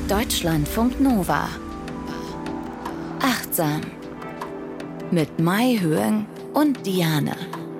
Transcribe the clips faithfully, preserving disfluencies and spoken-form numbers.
Deutschlandfunk Nova. Achtsam. Mit Mai Höhen und Diane.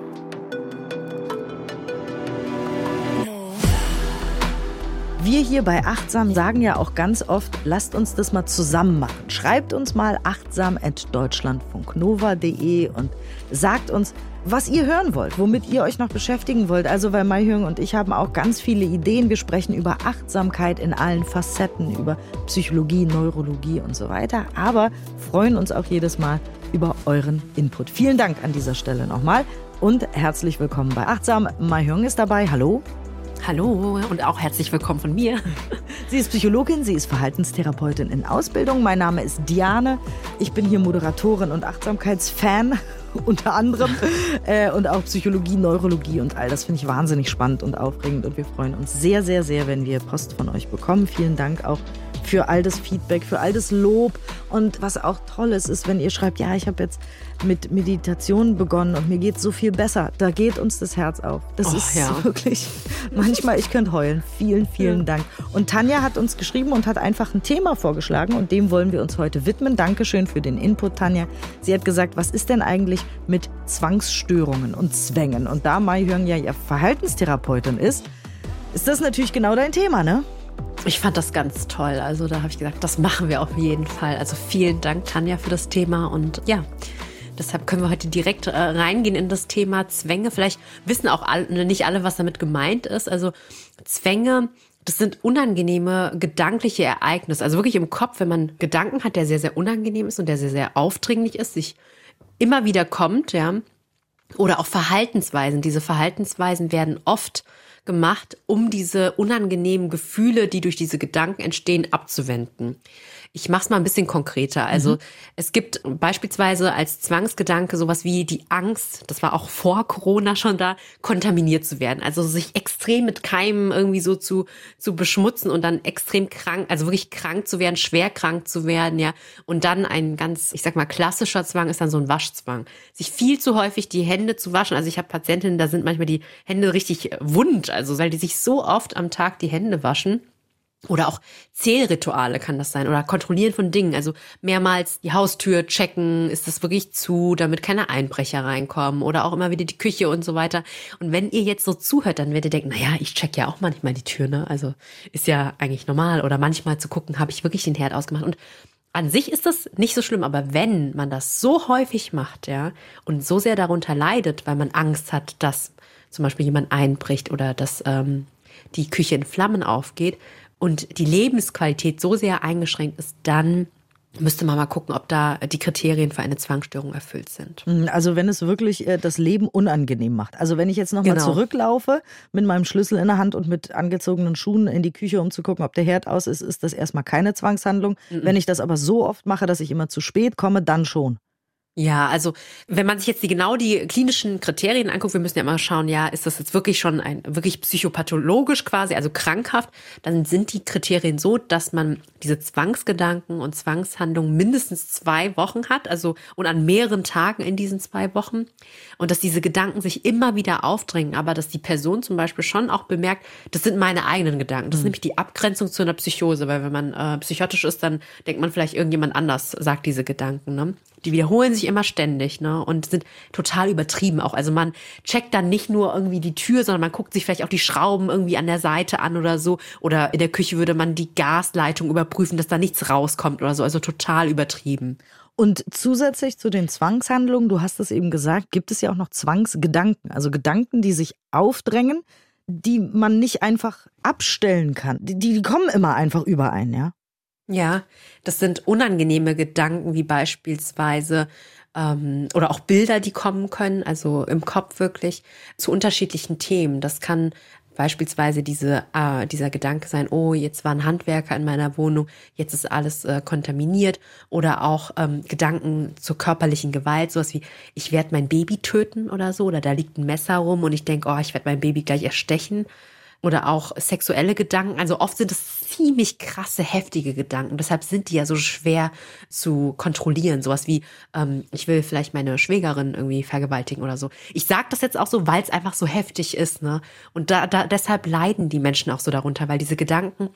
Wir hier bei Achtsam sagen ja auch ganz oft, lasst uns das mal zusammen machen. Schreibt uns mal achtsam at deutschlandfunknova punkt de und sagt uns, was ihr hören wollt, womit ihr euch noch beschäftigen wollt. Also weil Mai Höhen und ich haben auch ganz viele Ideen. Wir sprechen über Achtsamkeit in allen Facetten, über Psychologie, Neurologie und so weiter. Aber freuen uns auch jedes Mal über euren Input. Vielen Dank an dieser Stelle nochmal und herzlich willkommen bei Achtsam. Mai Höhen ist dabei. Hallo. Hallo und auch herzlich willkommen von mir. Sie ist Psychologin, sie ist Verhaltenstherapeutin in Ausbildung. Mein Name ist Diane. Ich bin hier Moderatorin und Achtsamkeitsfan unter anderem äh, und auch Psychologie, Neurologie und all das finde ich wahnsinnig spannend und aufregend und wir freuen uns sehr, sehr, sehr, wenn wir Post von euch bekommen. Vielen Dank auch für all das Feedback, für all das Lob und was auch toll ist, ist, wenn ihr schreibt, ja, ich habe jetzt mit Meditation begonnen und mir geht es so viel besser. Da geht uns das Herz auf. Das oh, ist ja. wirklich, manchmal, ich könnte heulen. Vielen, vielen ja. Dank. Und Tanja hat uns geschrieben und hat einfach ein Thema vorgeschlagen und dem wollen wir uns heute widmen. Dankeschön für den Input, Tanja. Sie hat gesagt, was ist denn eigentlich mit Zwangsstörungen und Zwängen? Und da Mai Höhen ja ihr Verhaltenstherapeutin ist, ist das natürlich genau dein Thema, ne? Ich fand das ganz toll. Also da habe ich gesagt, das machen wir auf jeden Fall. Also vielen Dank, Tanja, für das Thema. Und ja, deshalb können wir heute direkt äh, reingehen in das Thema Zwänge. Vielleicht wissen auch alle, nicht alle, was damit gemeint ist. Also Zwänge, das sind unangenehme gedankliche Ereignisse. Also wirklich im Kopf, wenn man Gedanken hat, der sehr, sehr unangenehm ist und der sehr, sehr aufdringlich ist, sich immer wieder kommt, ja. Oder auch Verhaltensweisen. Diese Verhaltensweisen werden oft gemacht, um diese unangenehmen Gefühle, die durch diese Gedanken entstehen, abzuwenden. Ich mache es mal ein bisschen konkreter. Also mhm. es gibt beispielsweise als Zwangsgedanke sowas wie die Angst, das war auch vor Corona schon da, kontaminiert zu werden. Also sich extrem mit Keimen irgendwie so zu zu beschmutzen und dann extrem krank, also wirklich krank zu werden, schwer krank zu werden, ja. Und dann ein ganz, ich sag mal, klassischer Zwang ist dann so ein Waschzwang. Sich viel zu häufig die Hände zu waschen. Also ich habe Patientinnen, da sind manchmal die Hände richtig wund, also weil die sich so oft am Tag die Hände waschen. Oder auch Zählrituale kann das sein oder Kontrollieren von Dingen, also mehrmals die Haustür checken, ist das wirklich zu, damit keine Einbrecher reinkommen oder auch immer wieder die Küche und so weiter. Und wenn ihr jetzt so zuhört, dann werdet ihr denken, naja, ich check ja auch manchmal die Tür, ne? Also ist ja eigentlich normal oder manchmal zu gucken, habe ich wirklich den Herd ausgemacht und an sich ist das nicht so schlimm, aber wenn man das so häufig macht, ja, und so sehr darunter leidet, weil man Angst hat, dass zum Beispiel jemand einbricht oder dass ähm, die Küche in Flammen aufgeht, und die Lebensqualität so sehr eingeschränkt ist, dann müsste man mal gucken, ob da die Kriterien für eine Zwangsstörung erfüllt sind. Also wenn es wirklich äh, das Leben unangenehm macht. Also wenn ich jetzt nochmal Genau. zurücklaufe mit meinem Schlüssel in der Hand und mit angezogenen Schuhen in die Küche, um zu gucken, ob der Herd aus ist, ist das erstmal keine Zwangshandlung. Mhm. Wenn ich das aber so oft mache, dass ich immer zu spät komme, dann schon. Ja, also wenn man sich jetzt die genau die klinischen Kriterien anguckt, wir müssen ja immer schauen, ja, ist das jetzt wirklich schon ein wirklich psychopathologisch quasi, also krankhaft, dann sind die Kriterien so, dass man diese Zwangsgedanken und Zwangshandlungen mindestens zwei Wochen hat, also und an mehreren Tagen in diesen zwei Wochen und dass diese Gedanken sich immer wieder aufdrängen, aber dass die Person zum Beispiel schon auch bemerkt, das sind meine eigenen Gedanken, das ist mhm. nämlich die Abgrenzung zu einer Psychose, weil wenn man äh, psychotisch ist, dann denkt man vielleicht irgendjemand anders sagt diese Gedanken, ne? Die wiederholen sich immer ständig, ne, und sind total übertrieben auch. Also man checkt dann nicht nur irgendwie die Tür, sondern man guckt sich vielleicht auch die Schrauben irgendwie an der Seite an oder so. Oder in der Küche würde man die Gasleitung überprüfen, dass da nichts rauskommt oder so. Also total übertrieben. Und zusätzlich zu den Zwangshandlungen, du hast es eben gesagt, gibt es ja auch noch Zwangsgedanken. Also Gedanken, die sich aufdrängen, die man nicht einfach abstellen kann. Die, die kommen immer einfach überein, ja? Ja, das sind unangenehme Gedanken, wie beispielsweise ähm, oder auch Bilder, die kommen können, also im Kopf wirklich, zu unterschiedlichen Themen. Das kann beispielsweise diese äh, dieser Gedanke sein, oh, jetzt war ein Handwerker in meiner Wohnung, jetzt ist alles äh, kontaminiert. Oder auch ähm, Gedanken zur körperlichen Gewalt, sowas wie, ich werde mein Baby töten oder so, oder da liegt ein Messer rum und ich denke, oh, ich werde mein Baby gleich erstechen. Oder auch sexuelle Gedanken. Also oft sind es ziemlich krasse, heftige Gedanken. Deshalb sind die ja so schwer zu kontrollieren. Sowas wie, ähm, ich will vielleicht meine Schwägerin irgendwie vergewaltigen oder so. Ich sage das jetzt auch so, weil es einfach so heftig ist, ne? Und da, da deshalb leiden die Menschen auch so darunter, weil diese Gedanken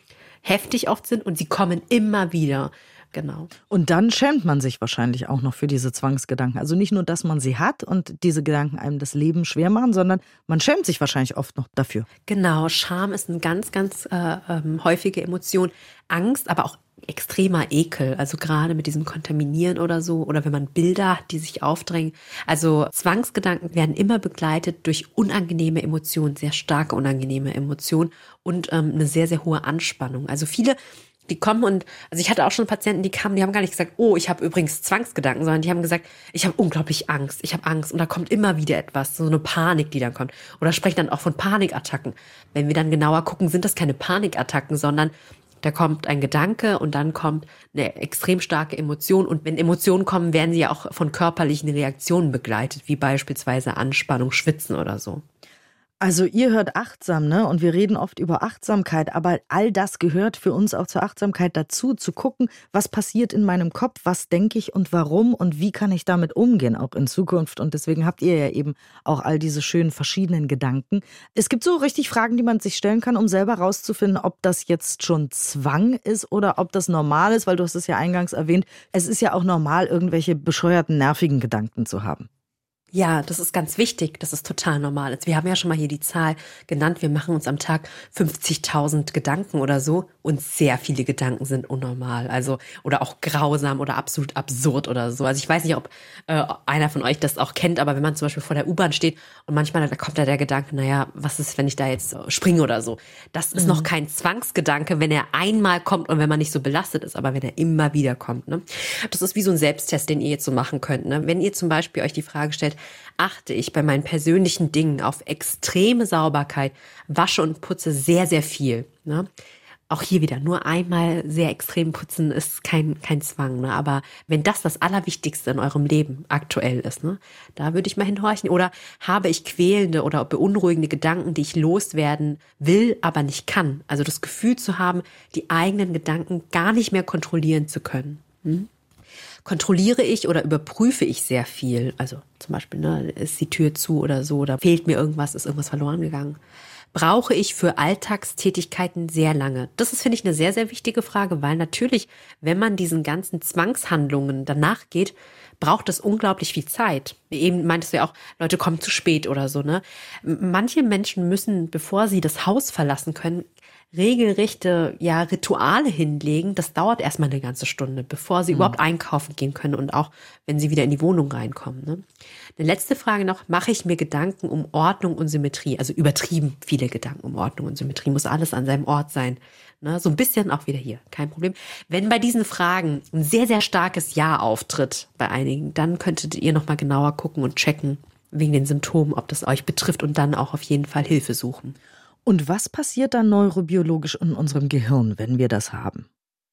heftig oft sind und sie kommen immer wieder. Genau. Und dann schämt man sich wahrscheinlich auch noch für diese Zwangsgedanken. Also nicht nur, dass man sie hat und diese Gedanken einem das Leben schwer machen, sondern man schämt sich wahrscheinlich oft noch dafür. Genau, Scham ist eine ganz, ganz äh, ähm, häufige Emotion. Angst, aber auch extremer Ekel, also gerade mit diesem Kontaminieren oder so, oder wenn man Bilder hat, die sich aufdrängen. Also Zwangsgedanken werden immer begleitet durch unangenehme Emotionen, sehr starke unangenehme Emotionen und ähm, eine sehr, sehr hohe Anspannung. Also viele, die kommen und, also ich hatte auch schon Patienten, die kamen, die haben gar nicht gesagt, oh, ich habe übrigens Zwangsgedanken, sondern die haben gesagt, ich habe unglaublich Angst, ich habe Angst und da kommt immer wieder etwas, so eine Panik, die dann kommt. Oder sprechen dann auch von Panikattacken. Wenn wir dann genauer gucken, sind das keine Panikattacken, sondern da kommt ein Gedanke und dann kommt eine extrem starke Emotion. Und wenn Emotionen kommen, werden sie ja auch von körperlichen Reaktionen begleitet, wie beispielsweise Anspannung, Schwitzen oder so. Also ihr hört achtsam, ne? Und wir reden oft über Achtsamkeit, aber all das gehört für uns auch zur Achtsamkeit dazu, zu gucken, was passiert in meinem Kopf, was denke ich und warum und wie kann ich damit umgehen, auch in Zukunft. Und deswegen habt ihr ja eben auch all diese schönen verschiedenen Gedanken. Es gibt so richtig Fragen, die man sich stellen kann, um selber rauszufinden, ob das jetzt schon Zwang ist oder ob das normal ist, weil du hast es ja eingangs erwähnt, es ist ja auch normal, irgendwelche bescheuerten, nervigen Gedanken zu haben. Ja, das ist ganz wichtig, das ist total normal. Wir haben ja schon mal hier die Zahl genannt, wir machen uns am Tag fünfzigtausend Gedanken oder so und sehr viele Gedanken sind unnormal, also oder auch grausam oder absolut absurd oder so. Also ich weiß nicht, ob äh, einer von euch das auch kennt, aber wenn man zum Beispiel vor der U-Bahn steht und manchmal da kommt da der Gedanke, naja, was ist, wenn ich da jetzt springe oder so. Das ist mhm. noch kein Zwangsgedanke, wenn er einmal kommt und wenn man nicht so belastet ist, aber wenn er immer wieder kommt. Ne? Das ist wie so ein Selbsttest, den ihr jetzt so machen könnt. Ne? Wenn ihr zum Beispiel euch die Frage stellt, achte ich bei meinen persönlichen Dingen auf extreme Sauberkeit, wasche und putze sehr, sehr viel. Ne? Auch hier wieder, nur einmal sehr extrem putzen ist kein, kein Zwang. Ne? Aber wenn das das Allerwichtigste in eurem Leben aktuell ist, ne? Da würde ich mal hinhorchen. Oder habe ich quälende oder beunruhigende Gedanken, die ich loswerden will, aber nicht kann. Also das Gefühl zu haben, die eigenen Gedanken gar nicht mehr kontrollieren zu können. Hm? Kontrolliere ich oder überprüfe ich sehr viel? Also zum Beispiel, ne, ist die Tür zu oder so, oder fehlt mir irgendwas, ist irgendwas verloren gegangen? Brauche ich für Alltagstätigkeiten sehr lange? Das ist, finde ich, eine sehr, sehr wichtige Frage, weil natürlich, wenn man diesen ganzen Zwangshandlungen danach geht, braucht es unglaublich viel Zeit. Eben meintest du ja auch, Leute kommen zu spät oder so, ne? Manche Menschen müssen, bevor sie das Haus verlassen können, regelrechte ja, Rituale hinlegen. Das dauert erstmal eine ganze Stunde, bevor sie mhm. überhaupt einkaufen gehen können und auch, wenn sie wieder in die Wohnung reinkommen. Ne? Eine letzte Frage noch, mache ich mir Gedanken um Ordnung und Symmetrie? Also übertrieben viele Gedanken um Ordnung und Symmetrie, muss alles an seinem Ort sein. Ne? So ein bisschen auch wieder hier, kein Problem. Wenn bei diesen Fragen ein sehr, sehr starkes Ja auftritt bei einigen, dann könntet ihr nochmal genauer gucken und checken, wegen den Symptomen, ob das euch betrifft und dann auch auf jeden Fall Hilfe suchen. Und was passiert dann neurobiologisch in unserem Gehirn, wenn wir das haben?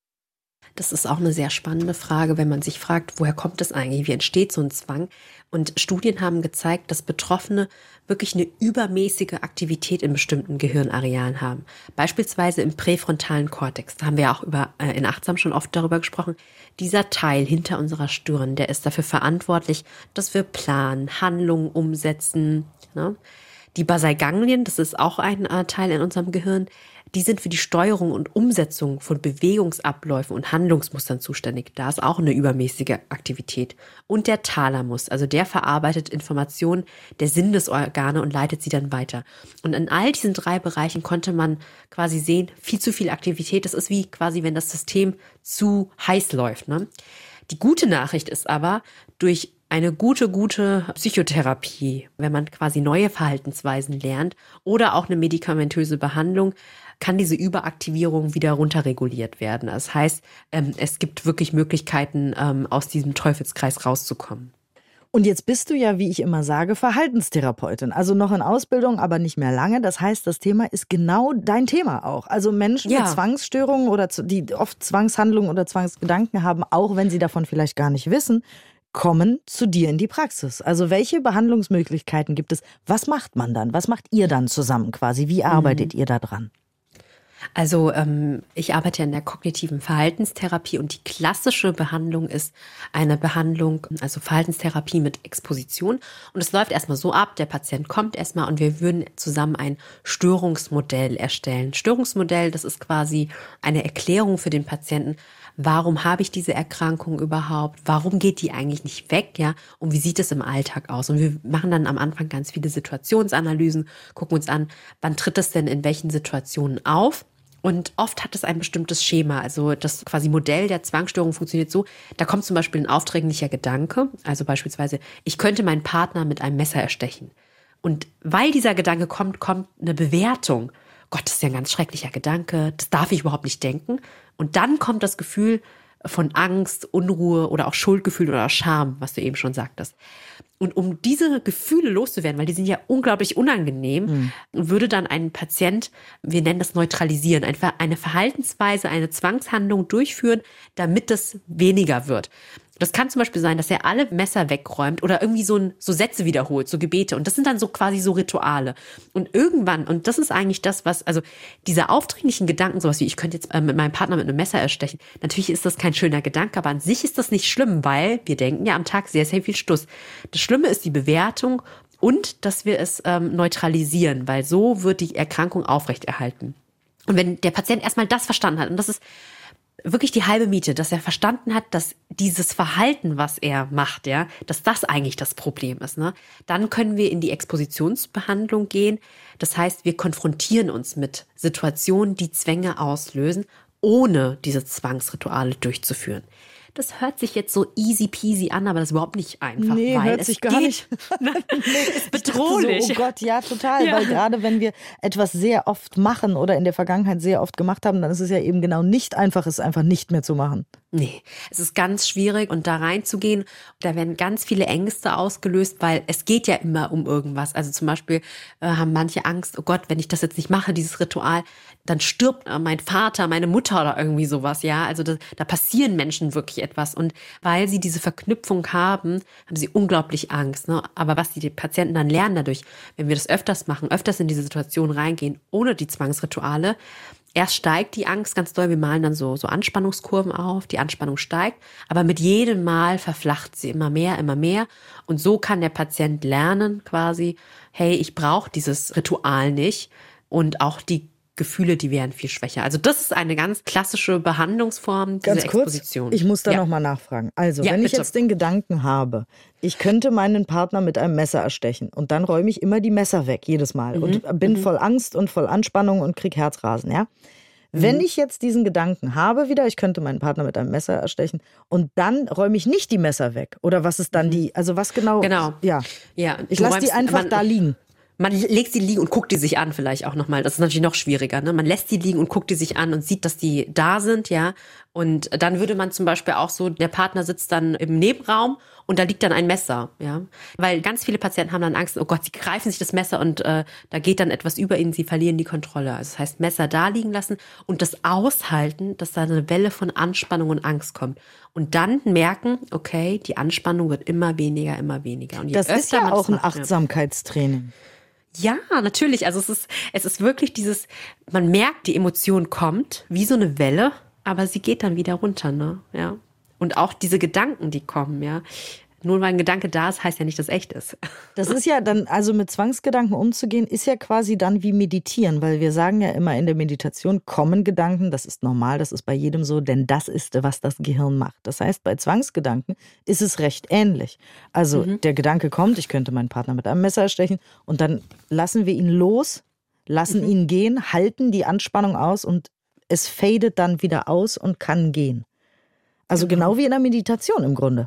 Das ist auch eine sehr spannende Frage, wenn man sich fragt, woher kommt das eigentlich? Wie entsteht so ein Zwang? Und Studien haben gezeigt, dass Betroffene wirklich eine übermäßige Aktivität in bestimmten Gehirnarealen haben. Beispielsweise im präfrontalen Kortex. Da haben wir auch über, äh, in Achtsam schon oft darüber gesprochen. Dieser Teil hinter unserer Stirn, der ist dafür verantwortlich, dass wir planen, Handlungen umsetzen. Ne? Die Basalganglien, das ist auch ein äh, Teil in unserem Gehirn, die sind für die Steuerung und Umsetzung von Bewegungsabläufen und Handlungsmustern zuständig. Da ist auch eine übermäßige Aktivität. Und der Thalamus, also der verarbeitet Informationen der Sinnesorgane und leitet sie dann weiter. Und in all diesen drei Bereichen konnte man quasi sehen, viel zu viel Aktivität. Das ist wie quasi, wenn das System zu heiß läuft. Ne? Die gute Nachricht ist aber, durch eine gute, gute Psychotherapie, wenn man quasi neue Verhaltensweisen lernt oder auch eine medikamentöse Behandlung, kann diese Überaktivierung wieder runterreguliert werden. Das heißt, es gibt wirklich Möglichkeiten, aus diesem Teufelskreis rauszukommen. Und jetzt bist du ja, wie ich immer sage, Verhaltenstherapeutin. Also noch in Ausbildung, aber nicht mehr lange. Das heißt, das Thema ist genau dein Thema auch. Also Menschen ja. mit Zwangsstörungen oder die oft Zwangshandlungen oder Zwangsgedanken haben, auch wenn sie davon vielleicht gar nicht wissen, kommen zu dir in die Praxis. Also welche Behandlungsmöglichkeiten gibt es? Was macht man dann? Was macht ihr dann zusammen quasi? Wie arbeitet mhm. ihr da dran? Also ähm, ich arbeite in der kognitiven Verhaltenstherapie und die klassische Behandlung ist eine Behandlung, also Verhaltenstherapie mit Exposition. Und es läuft erstmal so ab, der Patient kommt erstmal und wir würden zusammen ein Störungsmodell erstellen. Störungsmodell, das ist quasi eine Erklärung für den Patienten. Warum habe ich diese Erkrankung überhaupt? Warum geht die eigentlich nicht weg? Ja, und wie sieht es im Alltag aus? Und wir machen dann am Anfang ganz viele Situationsanalysen, gucken uns an, wann tritt es denn in welchen Situationen auf? Und oft hat es ein bestimmtes Schema. Also das quasi Modell der Zwangsstörung funktioniert so, da kommt zum Beispiel ein aufdringlicher Gedanke. Also beispielsweise, ich könnte meinen Partner mit einem Messer erstechen. Und weil dieser Gedanke kommt, kommt eine Bewertung. Gott, das ist ja ein ganz schrecklicher Gedanke, das darf ich überhaupt nicht denken. Und dann kommt das Gefühl von Angst, Unruhe oder auch Schuldgefühl oder auch Scham, was du eben schon sagtest. Und um diese Gefühle loszuwerden, weil die sind ja unglaublich unangenehm, mhm. würde dann ein Patient, wir nennen das neutralisieren, einfach eine Verhaltensweise, eine Zwangshandlung durchführen, damit das weniger wird. Das kann zum Beispiel sein, dass er alle Messer wegräumt oder irgendwie so, ein, so Sätze wiederholt, so Gebete. Und das sind dann so quasi so Rituale. Und irgendwann, und das ist eigentlich das, was, also diese aufdringlichen Gedanken, sowas wie, ich könnte jetzt äh, mit meinem Partner mit einem Messer erstechen. Natürlich ist das kein schöner Gedanke, aber an sich ist das nicht schlimm, weil wir denken ja am Tag sehr, sehr viel Stuss. Das Schlimme ist die Bewertung und dass wir es ähm, neutralisieren, weil so wird die Erkrankung aufrechterhalten. Und wenn der Patient erstmal das verstanden hat, und das ist wirklich die halbe Miete, dass er verstanden hat, dass dieses Verhalten, was er macht, ja, dass das eigentlich das Problem ist, ne? Dann können wir in die Expositionsbehandlung gehen. Das heißt, wir konfrontieren uns mit Situationen, die Zwänge auslösen, ohne diese Zwangsrituale durchzuführen. Das hört sich jetzt so easy peasy an, aber das ist überhaupt nicht einfach. Nee, weil hört es sich gar geht, nicht. Nee, ist bedrohlich. So, oh Gott, ja, total. Ja. Weil gerade wenn wir etwas sehr oft machen oder in der Vergangenheit sehr oft gemacht haben, dann ist es ja eben genau nicht einfach, es einfach nicht mehr zu machen. Nee, es ist ganz schwierig und da reinzugehen, da werden ganz viele Ängste ausgelöst, weil es geht ja immer um irgendwas. Also zum Beispiel äh, haben manche Angst, oh Gott, wenn ich das jetzt nicht mache, dieses Ritual, dann stirbt äh, mein Vater, meine Mutter oder irgendwie sowas, ja. Also da, da passieren Menschen wirklich etwas und weil sie diese Verknüpfung haben, haben sie unglaublich Angst, ne? Aber was die Patienten dann lernen dadurch, wenn wir das öfters machen, öfters in diese Situation reingehen, ohne die Zwangsrituale, erst steigt die Angst ganz doll, wir malen dann so, so Anspannungskurven auf, die Anspannung steigt, aber mit jedem Mal verflacht sie immer mehr, immer mehr und so kann der Patient lernen quasi, hey, ich brauche dieses Ritual nicht und auch die Gefühle, die wären viel schwächer. Also das ist eine ganz klassische Behandlungsform, diese ganz kurz, Exposition. Ich muss da ja. nochmal nachfragen. Also, ja, wenn ich bitte. jetzt den Gedanken habe, ich könnte meinen Partner mit einem Messer erstechen und dann räume ich immer die Messer weg, jedes Mal Mhm. und bin mhm. voll Angst und voll Anspannung und krieg Herzrasen, ja? Wenn Mhm. ich jetzt diesen Gedanken habe wieder, ich könnte meinen Partner mit einem Messer erstechen und dann räume ich nicht die Messer weg. Oder was ist dann Mhm. die, also was genau? Genau. Ja. Ja, Ich du lasse die räumst- einfach man- da liegen. Man legt sie liegen und guckt die sich an vielleicht auch nochmal. Das ist natürlich noch schwieriger. Ne? Man lässt die liegen und guckt die sich an und sieht, dass die da sind, ja. Und dann würde man zum Beispiel auch so, der Partner sitzt dann im Nebenraum und da liegt dann ein Messer, ja. Weil ganz viele Patienten haben dann Angst, oh Gott, sie greifen sich das Messer und äh, da geht dann etwas über ihnen, sie verlieren die Kontrolle. Also das heißt, Messer da liegen lassen und das aushalten, dass da eine Welle von Anspannung und Angst kommt. Und dann merken, okay, die Anspannung wird immer weniger, immer weniger. Und je Das ist öfter ja man auch ein macht, ja. Achtsamkeitstraining. Ja, natürlich. Also es ist, es ist wirklich dieses, man merkt, die Emotion kommt, wie so eine Welle, aber sie geht dann wieder runter, ne? Ja. Und auch diese Gedanken, die kommen, ja. Nur weil ein Gedanke da ist, heißt ja nicht, dass es echt ist. Das ist ja dann, also mit Zwangsgedanken umzugehen, ist ja quasi dann wie meditieren, weil wir sagen ja immer in der Meditation kommen Gedanken, das ist normal, das ist bei jedem so, denn das ist, was das Gehirn macht. Das heißt, bei Zwangsgedanken ist es recht ähnlich. Also mhm. der Gedanke kommt, ich könnte meinen Partner mit einem Messer erstechen und dann lassen wir ihn los, lassen mhm. ihn gehen, halten die Anspannung aus und es fadet dann wieder aus und kann gehen. Also genau, genau wie in der Meditation im Grunde.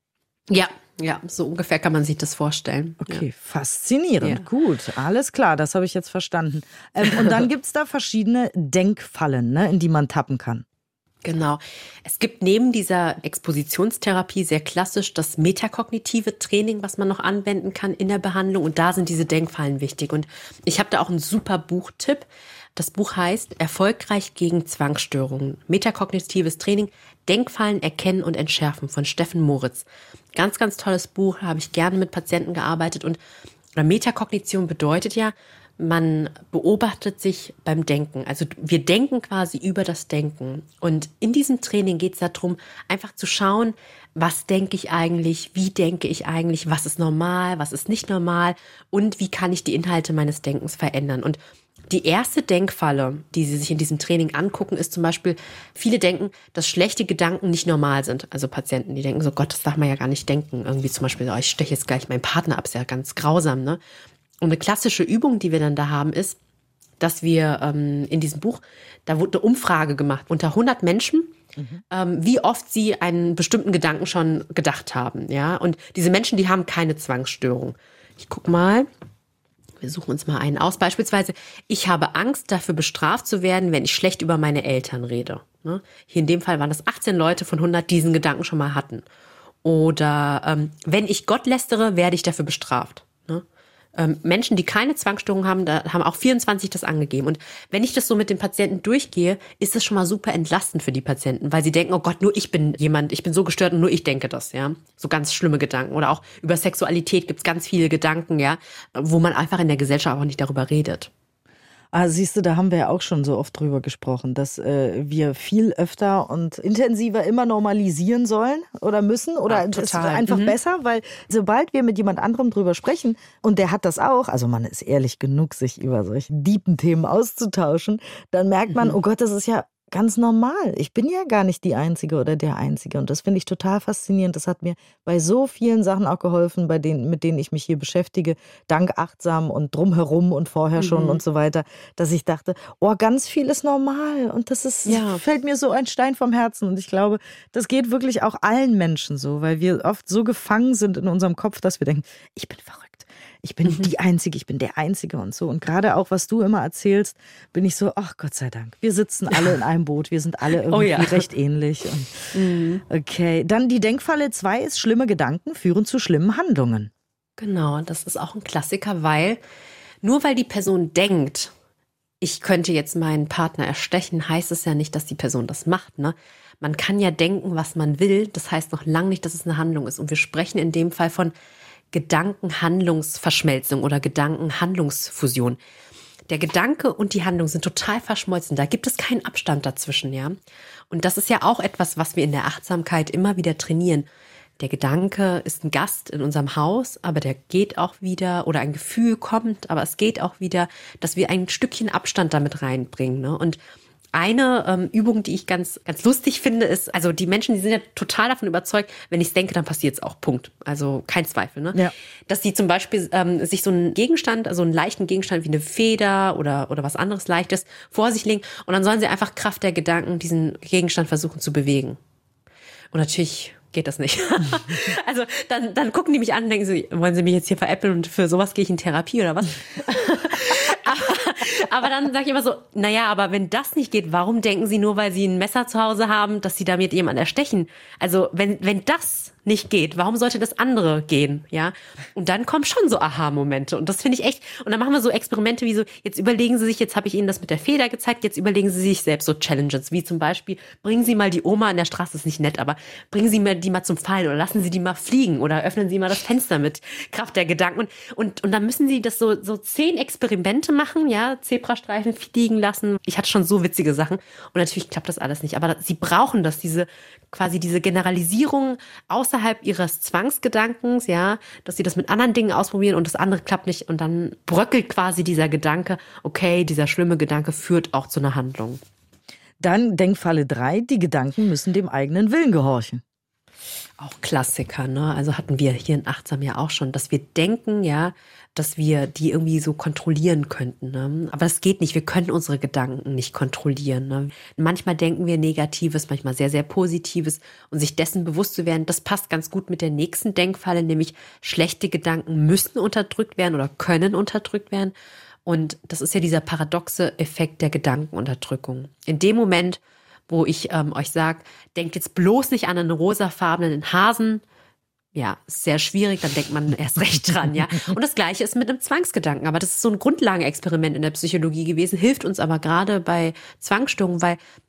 Ja, ja, so ungefähr kann man sich das vorstellen. Okay, ja. faszinierend. Ja. Gut, alles klar, das habe ich jetzt verstanden. Ähm, und dann gibt es da verschiedene Denkfallen, ne, in die man tappen kann. Genau. Es gibt neben dieser Expositionstherapie sehr klassisch das metakognitive Training, was man noch anwenden kann in der Behandlung. Und da sind diese Denkfallen wichtig. Und ich habe da auch einen super Buchtipp. Das Buch heißt Erfolgreich gegen Zwangsstörungen. Metakognitives Training, Denkfallen erkennen und entschärfen von Steffen Moritz. Ganz, ganz tolles Buch, habe ich gerne mit Patienten gearbeitet. Und Metakognition bedeutet ja, man beobachtet sich beim Denken. Also wir denken quasi über das Denken. Und in diesem Training geht es darum, einfach zu schauen, was denke ich eigentlich, wie denke ich eigentlich, was ist normal, was ist nicht normal und wie kann ich die Inhalte meines Denkens verändern. Und die erste Denkfalle, die Sie sich in diesem Training angucken, ist zum Beispiel, viele denken, dass schlechte Gedanken nicht normal sind. Also Patienten, die denken so, Gott, das darf man ja gar nicht denken. Irgendwie zum Beispiel, oh, ich steche jetzt gleich meinen Partner ab, ist ja ganz grausam, ne? Und eine klassische Übung, die wir dann da haben, ist, dass wir ähm, in diesem Buch, da wurde eine Umfrage gemacht unter hundert Menschen, mhm. ähm, wie oft sie einen bestimmten Gedanken schon gedacht haben. Ja? Und diese Menschen, die haben keine Zwangsstörung. Ich guck mal, wir suchen uns mal einen aus. Beispielsweise, ich habe Angst, dafür bestraft zu werden, wenn ich schlecht über meine Eltern rede. Ne? Hier in dem Fall waren das achtzehn Leute von hundert, die diesen Gedanken schon mal hatten. Oder ähm, wenn ich Gott lästere, werde ich dafür bestraft. Ne? Ähm, Menschen, die keine Zwangsstörung haben, da haben auch vierundzwanzig das angegeben. Und wenn ich das so mit den Patienten durchgehe, ist das schon mal super entlastend für die Patienten, weil sie denken, oh Gott, nur ich bin jemand, ich bin so gestört und nur ich denke das, ja. So ganz schlimme Gedanken. Oder auch über Sexualität gibt es ganz viele Gedanken, ja, wo man einfach in der Gesellschaft auch nicht darüber redet. Ah, siehst du, da haben wir ja auch schon so oft drüber gesprochen, dass äh, wir viel öfter und intensiver immer normalisieren sollen oder müssen oder ja, es ist einfach mhm. besser, weil sobald wir mit jemand anderem drüber sprechen und der hat das auch, also man ist ehrlich genug, sich über solche deepen Themen auszutauschen, dann merkt man, mhm. oh Gott, das ist ja ganz normal. Ich bin ja gar nicht die Einzige oder der Einzige. Und das finde ich total faszinierend. Das hat mir bei so vielen Sachen auch geholfen, bei denen, mit denen ich mich hier beschäftige, dank achtsam und drumherum und vorher schon mhm. und so weiter, dass ich dachte, oh, ganz viel ist normal. Und das ist, ja. fällt mir so ein Stein vom Herzen. Und ich glaube, das geht wirklich auch allen Menschen so, weil wir oft so gefangen sind in unserem Kopf, dass wir denken, ich bin verrückt. Ich bin mhm. die Einzige, ich bin der Einzige und so. Und gerade auch, was du immer erzählst, bin ich so, ach Gott sei Dank, wir sitzen alle in einem Boot, wir sind alle irgendwie oh ja. recht ähnlich. Und mhm. okay, dann die Denkfalle zwei ist, schlimme Gedanken führen zu schlimmen Handlungen. Genau, das ist auch ein Klassiker, weil nur weil die Person denkt, ich könnte jetzt meinen Partner erstechen, heißt es ja nicht, dass die Person das macht, ne? Man kann ja denken, was man will, das heißt noch lange nicht, dass es eine Handlung ist. Und wir sprechen in dem Fall von Gedankenhandlungsverschmelzung oder Gedankenhandlungsfusion. Der Gedanke und die Handlung sind total verschmolzen. Da gibt es keinen Abstand dazwischen, ja. Und das ist ja auch etwas, was wir in der Achtsamkeit immer wieder trainieren. Der Gedanke ist ein Gast in unserem Haus, aber der geht auch wieder, oder ein Gefühl kommt, aber es geht auch wieder, dass wir ein Stückchen Abstand damit reinbringen, ne? Und eine ähm, Übung, die ich ganz, ganz lustig finde, ist, also die Menschen, die sind ja total davon überzeugt, wenn ich es denke, dann passiert es auch, Punkt. Also kein Zweifel, ne? Ja. Dass sie zum Beispiel ähm, sich so einen Gegenstand, also einen leichten Gegenstand wie eine Feder oder, oder was anderes Leichtes vor sich legen und dann sollen sie einfach Kraft der Gedanken diesen Gegenstand versuchen zu bewegen. Und natürlich geht das nicht. Also dann, dann gucken die mich an und denken so, wollen sie mich jetzt hier veräppeln und für sowas gehe ich in Therapie oder was? Aber dann sage ich immer so, naja, aber wenn das nicht geht, warum denken Sie nur, weil Sie ein Messer zu Hause haben, dass Sie damit jemanden erstechen? Also wenn, wenn das nicht geht, warum sollte das andere gehen? Ja. Und dann kommen schon so Aha-Momente. Und das finde ich echt. Und dann machen wir so Experimente wie so, jetzt überlegen Sie sich, jetzt habe ich Ihnen das mit der Feder gezeigt, jetzt überlegen Sie sich selbst so Challenges, wie zum Beispiel, bringen Sie mal die Oma in der Straße, ist nicht nett, aber bringen Sie mal die mal zum Fallen oder lassen Sie die mal fliegen oder öffnen Sie mal das Fenster mit Kraft der Gedanken. Und, und, und dann müssen Sie das so, so zehn Experimente machen, ja, Zebrastreifen fliegen lassen. Ich hatte schon so witzige Sachen. Und natürlich klappt das alles nicht. Aber Sie brauchen das, diese, quasi diese Generalisierung außerhalb ihres Zwangsgedankens, ja, dass sie das mit anderen Dingen ausprobieren und das andere klappt nicht und dann bröckelt quasi dieser Gedanke, okay, dieser schlimme Gedanke führt auch zu einer Handlung. Dann Denkfalle drei, die Gedanken müssen dem eigenen Willen gehorchen. Auch Klassiker, ne? Also hatten wir hier in Achtsam ja auch schon, dass wir denken, ja, dass wir die irgendwie so kontrollieren könnten, ne? Aber das geht nicht. Wir können unsere Gedanken nicht kontrollieren, ne? Manchmal denken wir Negatives, manchmal sehr, sehr Positives und sich dessen bewusst zu werden, das passt ganz gut mit der nächsten Denkfalle, nämlich schlechte Gedanken müssen unterdrückt werden oder können unterdrückt werden. Und das ist ja dieser paradoxe Effekt der Gedankenunterdrückung. In dem Moment, wo ich ähm, euch sage, denkt jetzt bloß nicht an einen rosafarbenen Hasen. Ja, ist sehr schwierig, dann denkt man erst recht dran, ja. Und das Gleiche ist mit einem Zwangsgedanken. Aber das ist so ein Grundlagenexperiment in der Psychologie gewesen, hilft uns aber gerade bei Zwangsstörungen, weil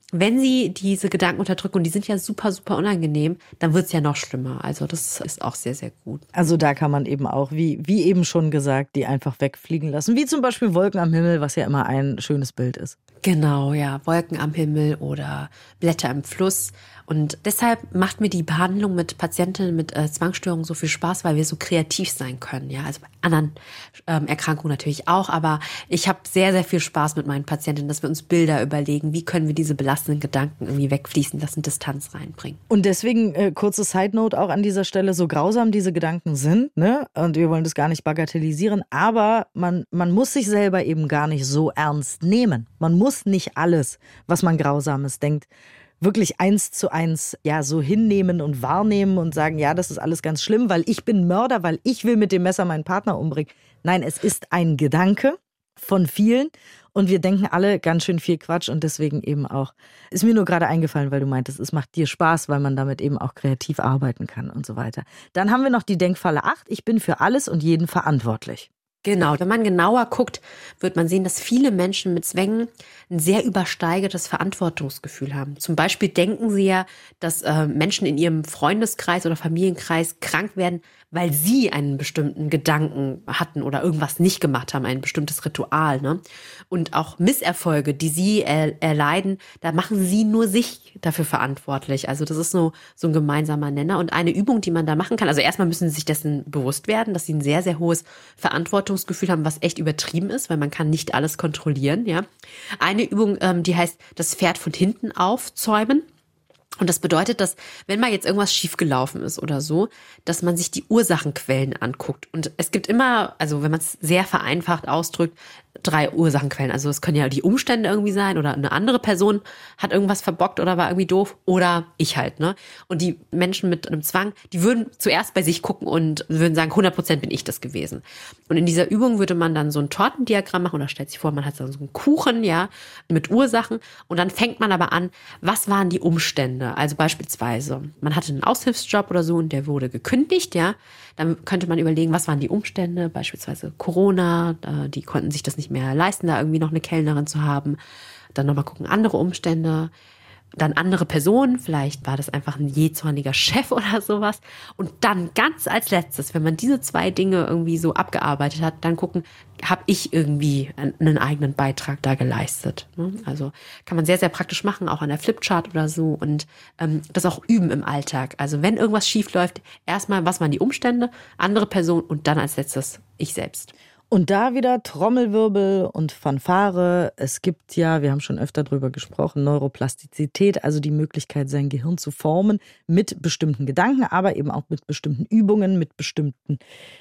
wenn sie diese Gedanken unterdrücken, und die sind ja super, super unangenehm, dann wird es ja noch schlimmer. Also das ist auch sehr, sehr gut. Also da kann man eben auch, wie, wie eben schon gesagt, die einfach wegfliegen lassen. Wie zum Beispiel Wolken am Himmel, was ja immer ein schönes Bild ist. Genau, ja, Wolken am Himmel oder Blätter im Fluss. Und deshalb macht mir die Behandlung mit Patientinnen mit äh, Zwangsstörungen so viel Spaß, weil wir so kreativ sein können. Ja, also bei anderen ähm, Erkrankungen natürlich auch, aber ich habe sehr, sehr viel Spaß mit meinen Patientinnen, dass wir uns Bilder überlegen, wie können wir diese belastenden Gedanken irgendwie wegfließen lassen, Distanz reinbringen. Und deswegen, äh, kurze Side-Note auch an dieser Stelle, so grausam diese Gedanken sind, ne? Und wir wollen das gar nicht bagatellisieren, aber man, man muss sich selber eben gar nicht so ernst nehmen. Man muss nicht alles, was man Grausames denkt, wirklich eins zu eins ja so hinnehmen und wahrnehmen und sagen, ja, das ist alles ganz schlimm, weil ich bin Mörder, weil ich will mit dem Messer meinen Partner umbringen. Nein, es ist ein Gedanke von vielen und wir denken alle ganz schön viel Quatsch und deswegen eben auch, ist mir nur gerade eingefallen, weil du meintest, es macht dir Spaß, weil man damit eben auch kreativ arbeiten kann und so weiter. Dann haben wir noch die Denkfalle acht, ich bin für alles und jeden verantwortlich. Genau, wenn man genauer guckt, wird man sehen, dass viele Menschen mit Zwängen ein sehr übersteigertes Verantwortungsgefühl haben. Zum Beispiel denken sie ja, dass äh, Menschen in ihrem Freundeskreis oder Familienkreis krank werden, weil sie einen bestimmten Gedanken hatten oder irgendwas nicht gemacht haben, ein bestimmtes Ritual. Ne? Und auch Misserfolge, die sie er, erleiden, da machen sie nur sich dafür verantwortlich. Also das ist so, so ein gemeinsamer Nenner. Und eine Übung, die man da machen kann, also erstmal müssen sie sich dessen bewusst werden, dass sie ein sehr, sehr hohes Verantwortungsgefühl haben, was echt übertrieben ist, weil man kann nicht alles kontrollieren. Ja, eine Übung, ähm, die heißt, das Pferd von hinten aufzäumen. Und das bedeutet, dass wenn mal jetzt irgendwas schiefgelaufen ist oder so, dass man sich die Ursachenquellen anguckt. Und es gibt immer, also wenn man es sehr vereinfacht ausdrückt, drei Ursachenquellen. Also es können ja die Umstände irgendwie sein oder eine andere Person hat irgendwas verbockt oder war irgendwie doof oder ich halt, ne? Und die Menschen mit einem Zwang, die würden zuerst bei sich gucken und würden sagen, hundert Prozent bin ich das gewesen. Und in dieser Übung würde man dann so ein Tortendiagramm machen oder stellt sich vor, man hat so einen Kuchen, ja, mit Ursachen und dann fängt man aber an, was waren die Umstände? Also beispielsweise, man hatte einen Aushilfsjob oder so und der wurde gekündigt, ja. Dann könnte man überlegen, was waren die Umstände, beispielsweise Corona, die konnten sich das nicht mehr leisten, da irgendwie noch eine Kellnerin zu haben. Dann nochmal gucken, andere Umstände, dann andere Personen, vielleicht war das einfach ein jähzorniger Chef oder sowas. Und dann ganz als letztes, wenn man diese zwei Dinge irgendwie so abgearbeitet hat, dann gucken, habe ich irgendwie einen eigenen Beitrag da geleistet. Also kann man sehr, sehr praktisch machen, auch an der Flipchart oder so und ähm, das auch üben im Alltag. Also wenn irgendwas schief läuft, erstmal, was waren die Umstände, andere Person und dann als letztes ich selbst. Und da wieder Trommelwirbel und Fanfare. Es gibt ja, wir haben schon öfter drüber gesprochen, Neuroplastizität, also die Möglichkeit, sein Gehirn zu formen mit bestimmten Gedanken, aber eben auch mit bestimmten Übungen, mit bestimmten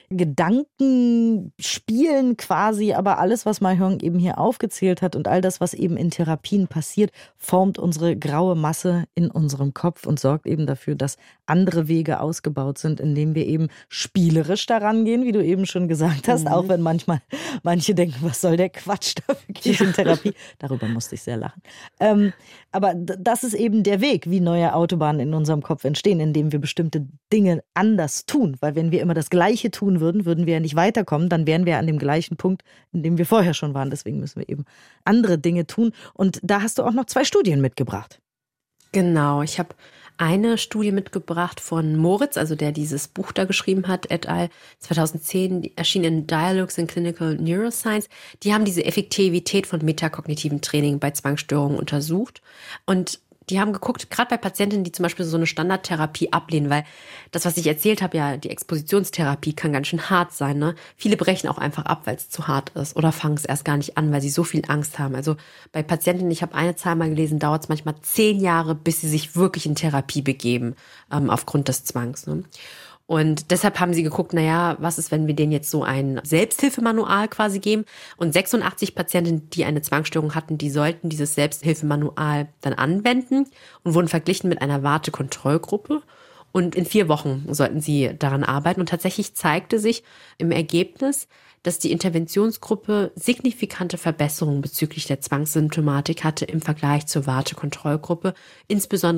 Gedankenspielen quasi. Aber alles, was Mai-Hong eben hier aufgezählt hat und all das, was eben in Therapien passiert, formt unsere graue Masse in unserem Kopf und sorgt eben dafür, dass andere Wege ausgebaut sind, indem wir eben spielerisch daran gehen, wie du eben schon gesagt hast, mhm. auch wenn man Manchmal, manche denken, was soll der Quatsch, dafür gehe ich in Therapie. Darüber musste ich sehr lachen. Ähm, aber das ist eben der Weg, wie neue Autobahnen in unserem Kopf entstehen, indem wir bestimmte Dinge anders tun. Weil wenn wir immer das Gleiche tun würden, würden wir ja nicht weiterkommen. Dann wären wir an dem gleichen Punkt, in dem wir vorher schon waren. Deswegen müssen wir eben andere Dinge tun. Und da hast du auch noch zwei Studien mitgebracht. Genau, ich habe eine Studie mitgebracht von Moritz, also der dieses Buch da geschrieben hat, et al. zweitausendzehn, erschien in Dialogues in Clinical Neuroscience. Die haben diese Effektivität von metakognitiven Training bei Zwangsstörungen untersucht und die haben geguckt, gerade bei Patientinnen, die zum Beispiel so eine Standardtherapie ablehnen, weil das, was ich erzählt habe, ja, die Expositionstherapie kann ganz schön hart sein, ne? Viele brechen auch einfach ab, weil es zu hart ist oder fangen es erst gar nicht an, weil sie so viel Angst haben. Also bei Patientinnen, ich habe eine Zahl mal gelesen, dauert es manchmal zehn Jahre, bis sie sich wirklich in Therapie begeben, ähm, aufgrund des Zwangs, ne? Und deshalb haben sie geguckt, naja, was ist, wenn wir denen jetzt so ein Selbsthilfemanual quasi geben? Und sechsundachtzig Patientinnen, die eine Zwangsstörung hatten, die sollten dieses Selbsthilfemanual dann anwenden und wurden verglichen mit einer Wartekontrollgruppe. Und in vier Wochen sollten sie daran arbeiten. Und tatsächlich zeigte sich im Ergebnis, dass die Interventionsgruppe signifikante Verbesserungen bezüglich der Zwangssymptomatik hatte im Vergleich zur Wartekontrollgruppe, insbesondere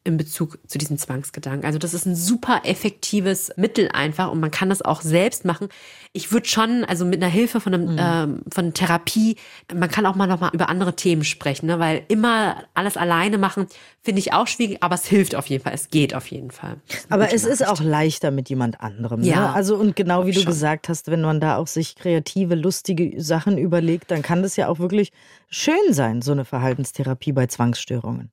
in Bezug zu diesen Zwangsgedanken. Also das ist ein super effektives Mittel einfach und man kann das auch selbst machen. Ich würde schon, also mit einer Hilfe von einem, mhm. ähm, von Therapie, man kann auch mal noch mal über andere Themen sprechen, ne? Weil immer alles alleine machen, finde ich auch schwierig, aber es hilft auf jeden Fall, es geht auf jeden Fall. Aber es ist auch leichter mit jemand anderem. Ne? Ja. Also und genau wie du schon. gesagt hast, wenn man da auch sich kreative, lustige Sachen überlegt, dann kann das ja auch wirklich schön sein, so eine Verhaltenstherapie bei Zwangsstörungen.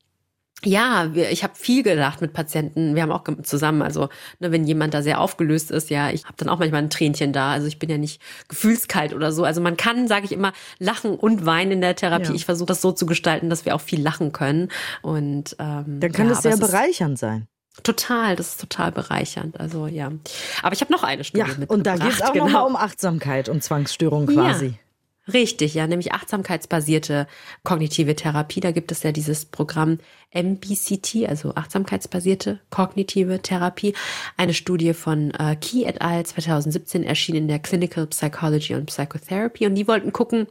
Ja, wir, ich habe viel gedacht mit Patienten. Wir haben auch zusammen, also ne, wenn jemand da sehr aufgelöst ist, ja, ich habe dann auch manchmal ein Tränchen da. Also ich bin ja nicht gefühlskalt oder so. Also man kann, sage ich immer, lachen und weinen in der Therapie. Ja. Ich versuche das so zu gestalten, dass wir auch viel lachen können. Und ähm, dann kann ja, es sehr bereichernd sein. Total, das ist total bereichernd. Also ja, aber ich habe noch eine Studie ja, mitgebracht. Und da geht es auch genau. nochmal um Achtsamkeit und Zwangsstörung quasi. Ja. Richtig, ja, nämlich achtsamkeitsbasierte kognitive Therapie. Da gibt es ja dieses Programm M B C T, also achtsamkeitsbasierte kognitive Therapie. Eine Studie von äh, Key et al. zwanzig siebzehn erschien in der Clinical Psychology and Psychotherapy und die wollten gucken,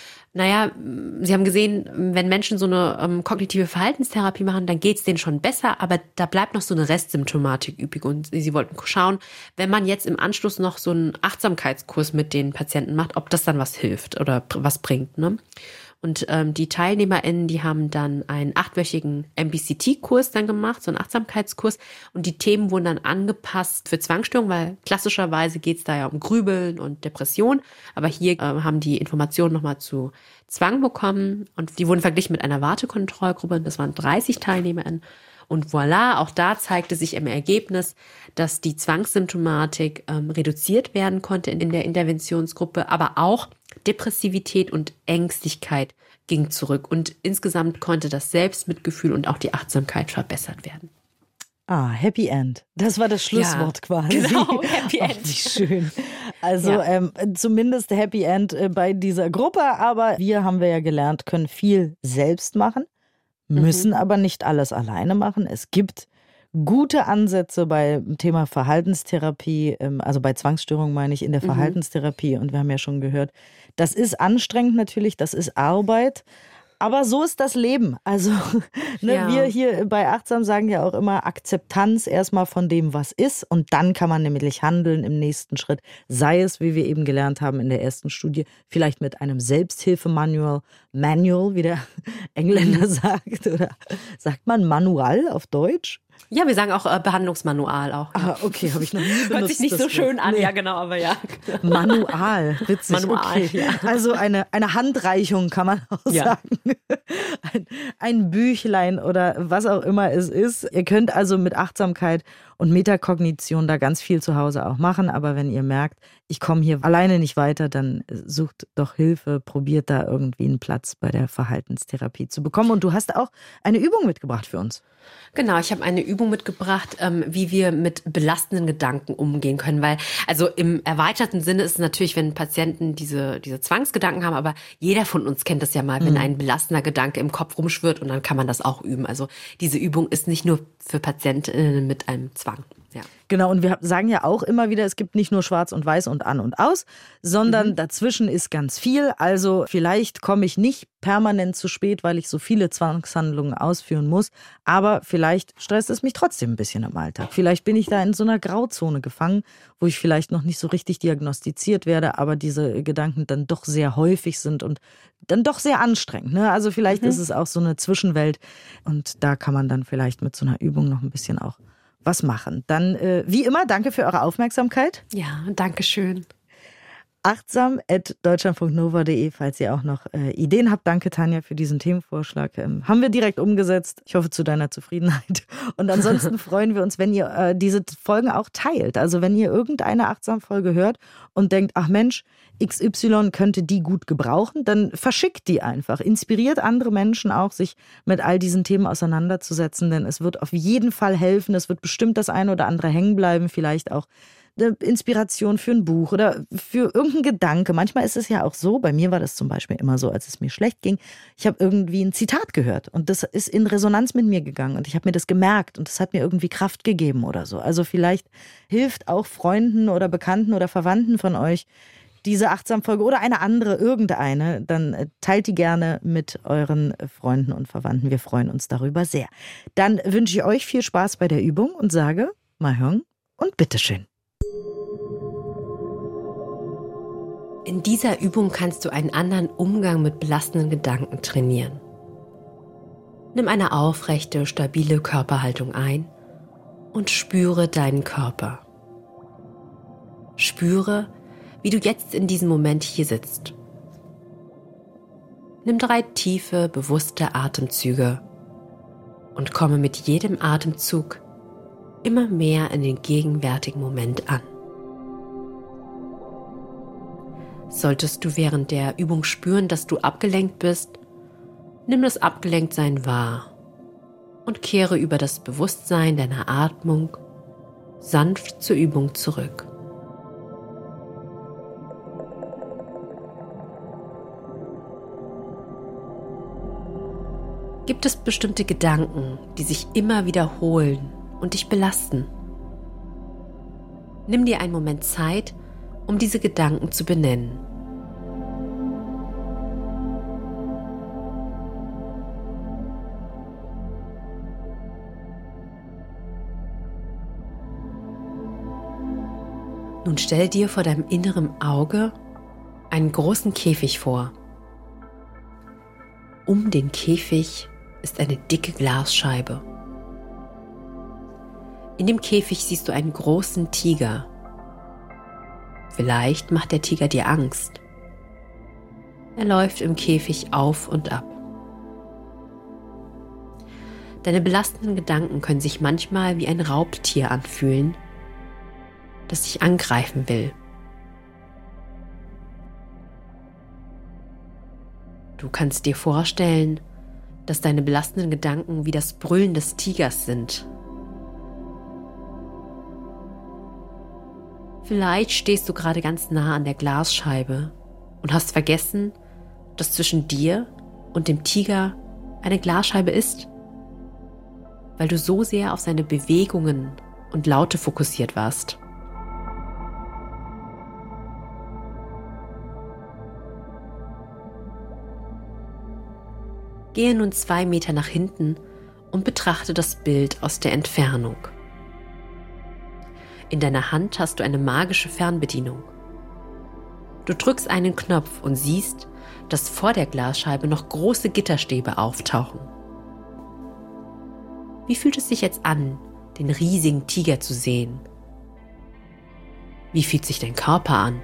naja, sie haben gesehen, wenn Menschen so eine ähm, kognitive Verhaltenstherapie machen, dann geht's denen schon besser, aber da bleibt noch so eine Restsymptomatik übrig. Und sie wollten schauen, wenn man jetzt im Anschluss noch so einen Achtsamkeitskurs mit den Patienten macht, ob das dann was hilft oder was bringt, ne? Und ähm, die TeilnehmerInnen, die haben dann einen achtwöchigen M B C T-Kurs dann gemacht, so einen Achtsamkeitskurs. Und die Themen wurden dann angepasst für Zwangsstörungen, weil klassischerweise geht es da ja um Grübeln und Depression. Aber hier äh, haben die Informationen nochmal zu Zwang bekommen. Und die wurden verglichen mit einer Wartekontrollgruppe. Das waren dreißig TeilnehmerInnen. Und voilà, auch da zeigte sich im Ergebnis, dass die Zwangssymptomatik ähm, reduziert werden konnte in, in der Interventionsgruppe, aber auch Depressivität und Ängstlichkeit ging zurück. Und insgesamt konnte das Selbstmitgefühl und auch die Achtsamkeit verbessert werden. Ah, Happy End. Das war das Schlusswort ja, quasi. Genau, Happy End. Oh, wie schön. Also ja. ähm, zumindest Happy End äh, bei dieser Gruppe, aber wir, haben wir ja gelernt, können viel selbst machen. Müssen mhm. aber nicht alles alleine machen. Es gibt gute Ansätze beim Thema Verhaltenstherapie, also bei Zwangsstörungen meine ich, in der Verhaltenstherapie. Und wir haben ja schon gehört, das ist anstrengend natürlich, das ist Arbeit. Aber so ist das Leben. Also ne, ja. wir hier bei Achtsam sagen ja auch immer Akzeptanz erstmal von dem, was ist. Und dann kann man nämlich handeln im nächsten Schritt. Sei es, wie wir eben gelernt haben in der ersten Studie, vielleicht mit einem Selbsthilfemanual, Manual, wie der Engländer mhm. sagt. Oder sagt man Manual auf Deutsch? Ja, wir sagen auch äh, Behandlungsmanual auch. Ah, okay, habe ich noch nie benutzt. Hört sich nicht so schön Wort. an, nee. Ja genau, aber ja. Manual, witzig. Manual, okay. ja. Also eine, eine Handreichung kann man auch ja. sagen. Ein, ein Büchlein oder was auch immer es ist. Ihr könnt also mit Achtsamkeit und Metakognition da ganz viel zu Hause auch machen. Aber wenn ihr merkt, ich komme hier alleine nicht weiter, dann sucht doch Hilfe, probiert da irgendwie einen Platz bei der Verhaltenstherapie zu bekommen. Und du hast auch eine Übung mitgebracht für uns. Genau, ich habe eine Übung mitgebracht, ähm, wie wir mit belastenden Gedanken umgehen können. Weil, also im erweiterten Sinne ist es natürlich, wenn Patienten diese, diese Zwangsgedanken haben, aber jeder von uns kennt das ja mal, wenn ein belastender Gedanke im Kopf rumschwirrt und dann kann man das auch üben. Also diese Übung ist nicht nur für Patientinnen mit einem Zwang. Ja. Genau, und wir sagen ja auch immer wieder, es gibt nicht nur schwarz und weiß und an und aus, sondern mhm. dazwischen ist ganz viel. Also vielleicht komme ich nicht permanent zu spät, weil ich so viele Zwangshandlungen ausführen muss, aber vielleicht stresst es mich trotzdem ein bisschen im Alltag. Vielleicht bin ich da in so einer Grauzone gefangen, wo ich vielleicht noch nicht so richtig diagnostiziert werde, aber diese Gedanken dann doch sehr häufig sind und dann doch sehr anstrengend. Ne? Also vielleicht mhm. ist es auch so eine Zwischenwelt und da kann man dann vielleicht mit so einer Übung noch ein bisschen auch was machen. Dann, äh, wie immer, danke für eure Aufmerksamkeit. Ja, danke schön. achtsam at deutschlandfunk nova punkt de, falls ihr auch noch äh, Ideen habt. Danke, Tanja, für diesen Themenvorschlag. Ähm, haben wir direkt umgesetzt. Ich hoffe, zu deiner Zufriedenheit. Und ansonsten freuen wir uns, wenn ihr äh, diese Folgen auch teilt. Also wenn ihr irgendeine Achtsam-Folge hört und denkt, ach Mensch, X Y könnte die gut gebrauchen, dann verschickt die einfach. Inspiriert andere Menschen auch, sich mit all diesen Themen auseinanderzusetzen, denn es wird auf jeden Fall helfen. Es wird bestimmt das eine oder andere hängen bleiben, vielleicht auch eine Inspiration für ein Buch oder für irgendeinen Gedanke. Manchmal ist es ja auch so, bei mir war das zum Beispiel immer so, als es mir schlecht ging, ich habe irgendwie ein Zitat gehört und das ist in Resonanz mit mir gegangen und ich habe mir das gemerkt und das hat mir irgendwie Kraft gegeben oder so. Also vielleicht hilft auch Freunden oder Bekannten oder Verwandten von euch, diese Achtsam-Folge oder eine andere, irgendeine, dann teilt die gerne mit euren Freunden und Verwandten. Wir freuen uns darüber sehr. Dann wünsche ich euch viel Spaß bei der Übung und sage Mahjong und bitteschön. In dieser Übung kannst du einen anderen Umgang mit belastenden Gedanken trainieren. Nimm eine aufrechte, stabile Körperhaltung ein und spüre deinen Körper. Spüre, wie du jetzt in diesem Moment hier sitzt. Nimm drei tiefe, bewusste Atemzüge und komme mit jedem Atemzug immer mehr in den gegenwärtigen Moment an. Solltest du während der Übung spüren, dass du abgelenkt bist, nimm das Abgelenktsein wahr und kehre über das Bewusstsein deiner Atmung sanft zur Übung zurück. Gibt es bestimmte Gedanken, die sich immer wiederholen und dich belasten? Nimm dir einen Moment Zeit, um diese Gedanken zu benennen. Nun stell dir vor deinem inneren Auge einen großen Käfig vor. Um den Käfig ist eine dicke Glasscheibe. In dem Käfig siehst du einen großen Tiger. Vielleicht macht der Tiger dir Angst. Er läuft im Käfig auf und ab. Deine belastenden Gedanken können sich manchmal wie ein Raubtier anfühlen, das dich angreifen will. Du kannst dir vorstellen, dass deine belastenden Gedanken wie das Brüllen des Tigers sind. Vielleicht stehst du gerade ganz nah an der Glasscheibe und hast vergessen, dass zwischen dir und dem Tiger eine Glasscheibe ist, weil du so sehr auf seine Bewegungen und Laute fokussiert warst. Gehe nun zwei Meter nach hinten und betrachte das Bild aus der Entfernung. In deiner Hand hast du eine magische Fernbedienung. Du drückst einen Knopf und siehst, dass vor der Glasscheibe noch große Gitterstäbe auftauchen. Wie fühlt es sich jetzt an, den riesigen Tiger zu sehen? Wie fühlt sich dein Körper an?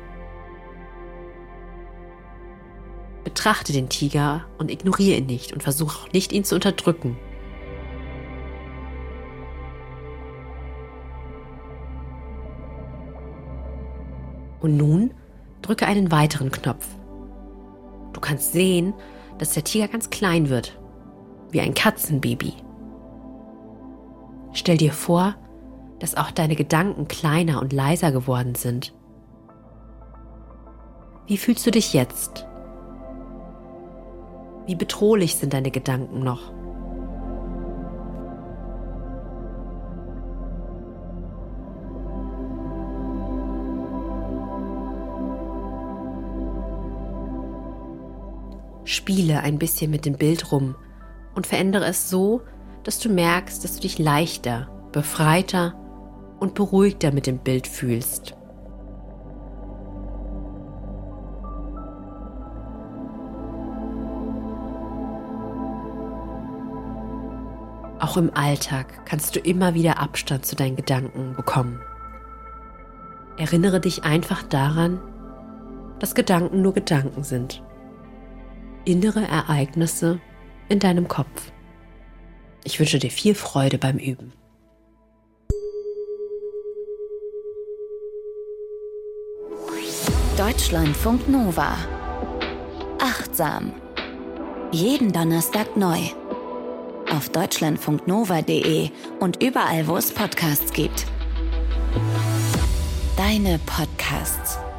Betrachte den Tiger und ignoriere ihn nicht und versuche auch nicht, ihn zu unterdrücken. Und nun drücke einen weiteren Knopf. Du kannst sehen, dass der Tiger ganz klein wird, wie ein Katzenbaby. Stell dir vor, dass auch deine Gedanken kleiner und leiser geworden sind. Wie fühlst du dich jetzt? Wie bedrohlich sind deine Gedanken noch? Spiele ein bisschen mit dem Bild rum und verändere es so, dass du merkst, dass du dich leichter, befreiter und beruhigter mit dem Bild fühlst. Auch im Alltag kannst du immer wieder Abstand zu deinen Gedanken bekommen. Erinnere dich einfach daran, dass Gedanken nur Gedanken sind. Innere Ereignisse in deinem Kopf. Ich wünsche dir viel Freude beim Üben. Deutschlandfunk Nova. Achtsam. Jeden Donnerstag neu. Auf deutschlandfunk nova punkt de und überall, wo es Podcasts gibt. Deine Podcasts.